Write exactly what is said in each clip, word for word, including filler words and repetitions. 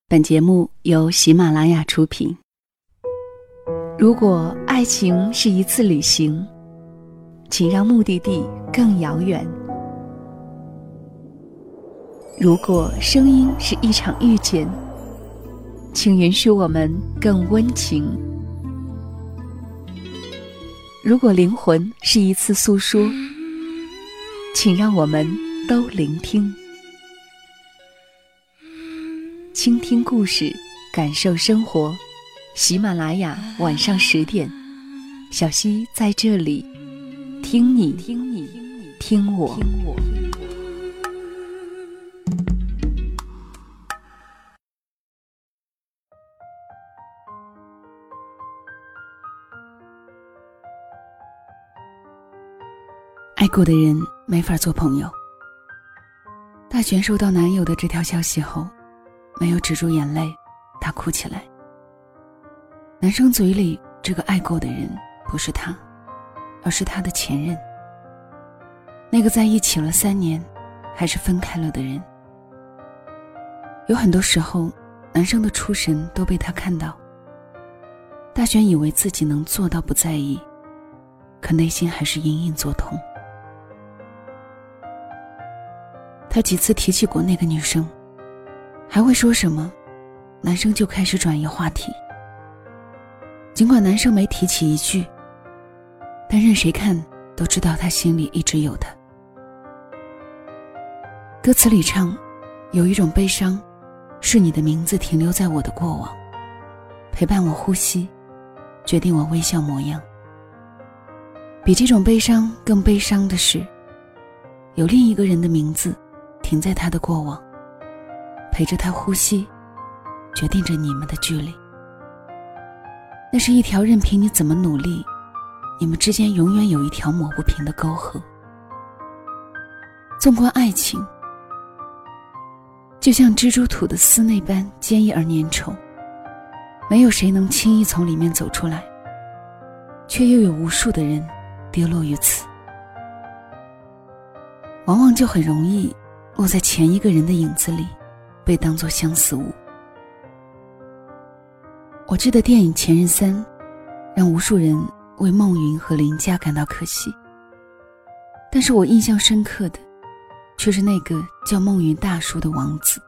本节目由喜马拉雅出品。如果爱情是一次旅行，请让目的地更遥远。如果声音是一场遇见，请允许我们更温情。如果灵魂是一次诉说，请让我们都聆听。倾听故事，感受生活。喜马拉雅晚上十点，小溪在这里，听你，听你，听我。爱过的人没法做朋友。大璇收到男友的这条消息后，没有止住眼泪，她哭起来。男生嘴里这个爱过的人不是他，而是他的前任，那个在一起了三年还是分开了的人。有很多时候，男生的出神都被他看到。大璇以为自己能做到不在意，可内心还是隐隐作痛。他几次提起过那个女生，还会说什么，男生就开始转移话题。尽管男生没提起一句，但任谁看都知道他心里一直有他。歌词里唱，有一种悲伤，是你的名字停留在我的过往，陪伴我呼吸，决定我微笑模样。比这种悲伤更悲伤的是，有另一个人的名字停在他的过往，陪着他呼吸，决定着你们的距离。那是一条任凭你怎么努力，你们之间永远有一条抹不平的沟壑。纵观爱情，就像蜘蛛吐的丝那般坚毅而粘稠，没有谁能轻易从里面走出来，却又有无数的人跌落于此。往往就很容易落在前一个人的影子里，被当作相似物。我记得电影《前任三》让无数人为孟云和林佳感到可惜，但是我印象深刻的却是那个叫孟云大叔的王子。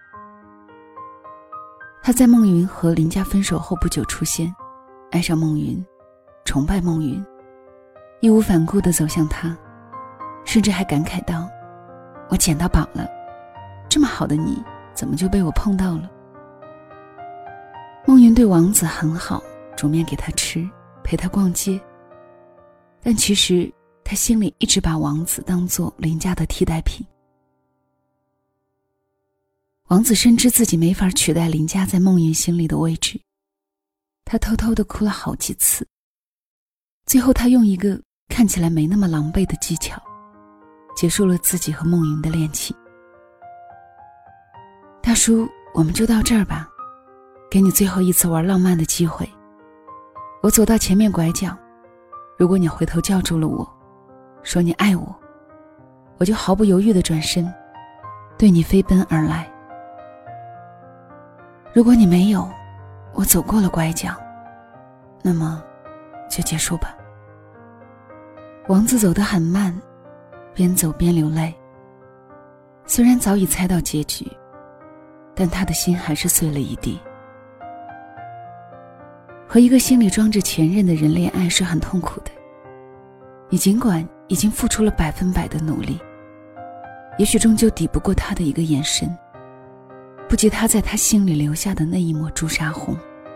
他在孟云和林佳分手后不久出现，爱上孟云，崇拜孟云，义无反顾地走向他，甚至还感慨道，我捡到宝了，这么好的你怎么就被我碰到了。孟云对王子很好，煮面给他吃，陪他逛街，但其实他心里一直把王子当作林家的替代品。王子深知自己没法取代林家在孟云心里的位置，他偷偷地哭了好几次，最后他用一个看起来没那么狼狈的技巧结束了自己和孟云的恋情。大叔，我们就到这儿吧，给你最后一次玩浪漫的机会。我走到前面拐角，如果你回头叫住了我，说你爱我，我就毫不犹豫地转身，对你飞奔而来。如果你没有，我走过了拐角，那么就结束吧。王子走得很慢，边走边流泪。虽然早已猜到结局，但他的心还是碎了一地。和一个心里装着前任的人恋爱是很痛苦的，你尽管已经付出了百分百的努力，也许终究抵不过他的一个眼神，不及他在他心里留下的那一抹朱砂红。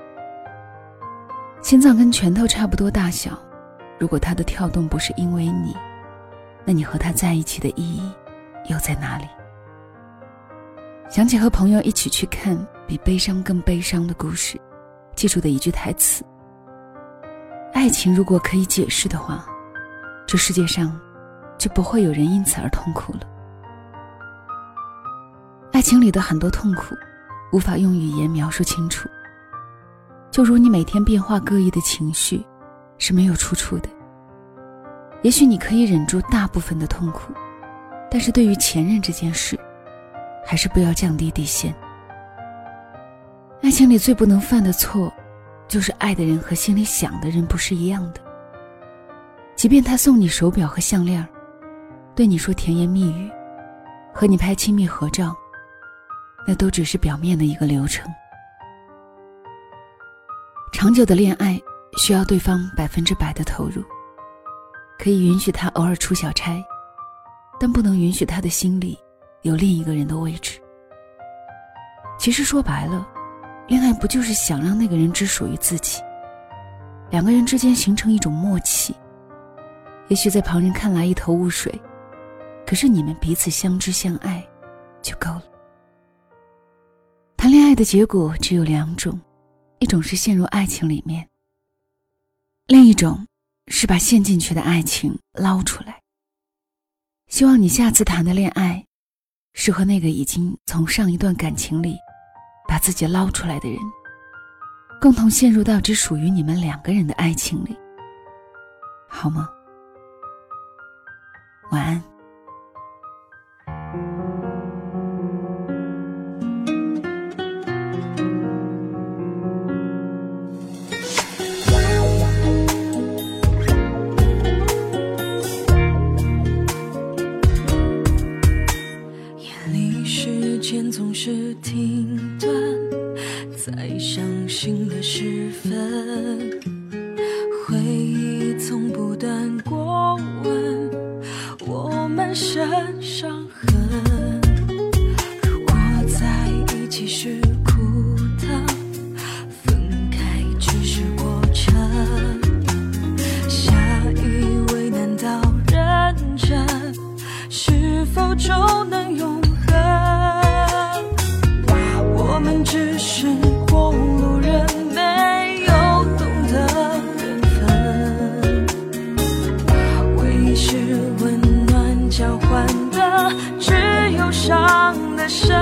心脏跟拳头差不多大小，如果他的跳动不是因为你，那你和他在一起的意义又在哪里？想起和朋友一起去看比悲伤更悲伤的故事，记住的一句台词，爱情如果可以解释的话，这世界上就不会有人因此而痛苦了。爱情里的很多痛苦无法用语言描述清楚，就如你每天变化各异的情绪是没有出处的。也许你可以忍住大部分的痛苦，但是对于前任这件事，还是不要降低底线。 爱情里最不能犯的错，就是爱的人和心里想的人不是一样的。即便他送你手表和项链，对你说甜言蜜语，和你拍亲密合照，那都只是表面的一个流程。长久的恋爱需要对方百分之百的投入，可以允许他偶尔出小差，但不能允许他的心里有另一个人的位置。其实说白了，恋爱不就是想让那个人只属于自己，两个人之间形成一种默契，也许在旁人看来一头雾水，可是你们彼此相知相爱就够了。谈恋爱的结果只有两种，一种是陷入爱情里面，另一种是把陷进去的爱情捞出来。希望你下次谈的恋爱是和那个已经从上一段感情里把自己捞出来的人，共同陷入到只属于你们两个人的爱情里，好吗？晚安。 总是停顿，在伤心的时分，回忆从不断过问我们身伤痕。如果在一起是苦的，分开只是过程。下一位难道认真，是否就能永恒？我们只是过路人，没有懂得缘分。唯一是温暖交换的，只有伤的深。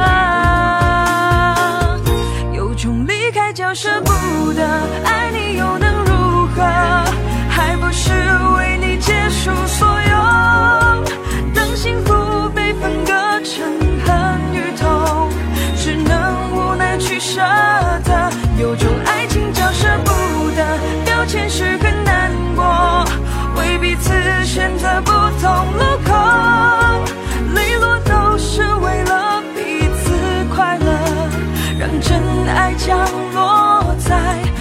有种离开叫舍不得，爱你又能如何？还不是为你结束所有。当幸福被分割成恨与痛，只能去舍得。有种爱情叫舍不得，表现是很难过，为彼此选择不同路口，泪落都是为了彼此快乐，让真爱降落在